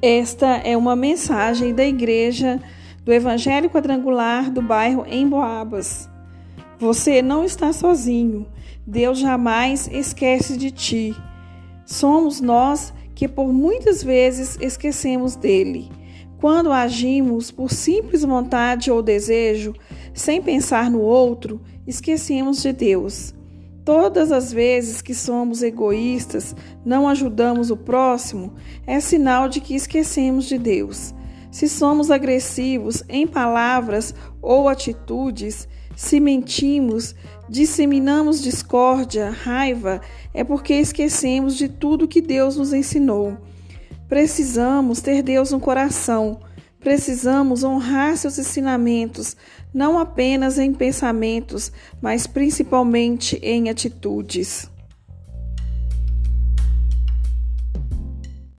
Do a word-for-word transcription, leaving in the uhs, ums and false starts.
Esta é uma mensagem da Igreja do Evangelho Quadrangular do bairro Emboabas. Você não está sozinho. Deus jamais esquece de ti. Somos nós que por muitas vezes esquecemos dele. Quando agimos por simples vontade ou desejo, sem pensar no outro, esquecemos de Deus. Todas as vezes que somos egoístas, não ajudamos o próximo, é sinal de que esquecemos de Deus. Se somos agressivos em palavras ou atitudes, se mentimos, disseminamos discórdia, raiva, é porque esquecemos de tudo que Deus nos ensinou. Precisamos ter Deus no coração. Precisamos honrar seus ensinamentos, não apenas em pensamentos, mas principalmente em atitudes.